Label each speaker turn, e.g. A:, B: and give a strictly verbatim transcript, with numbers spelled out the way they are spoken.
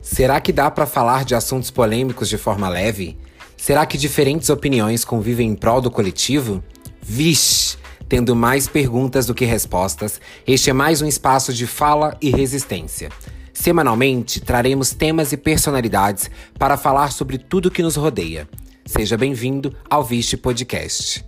A: Será que dá para falar de assuntos polêmicos de forma leve? Será que diferentes opiniões convivem em prol do coletivo? Vixe! Tendo mais perguntas do que respostas, este é mais um espaço de fala e resistência. Semanalmente, traremos temas e personalidades para falar sobre tudo que nos rodeia. Seja bem-vindo ao Viste Podcast.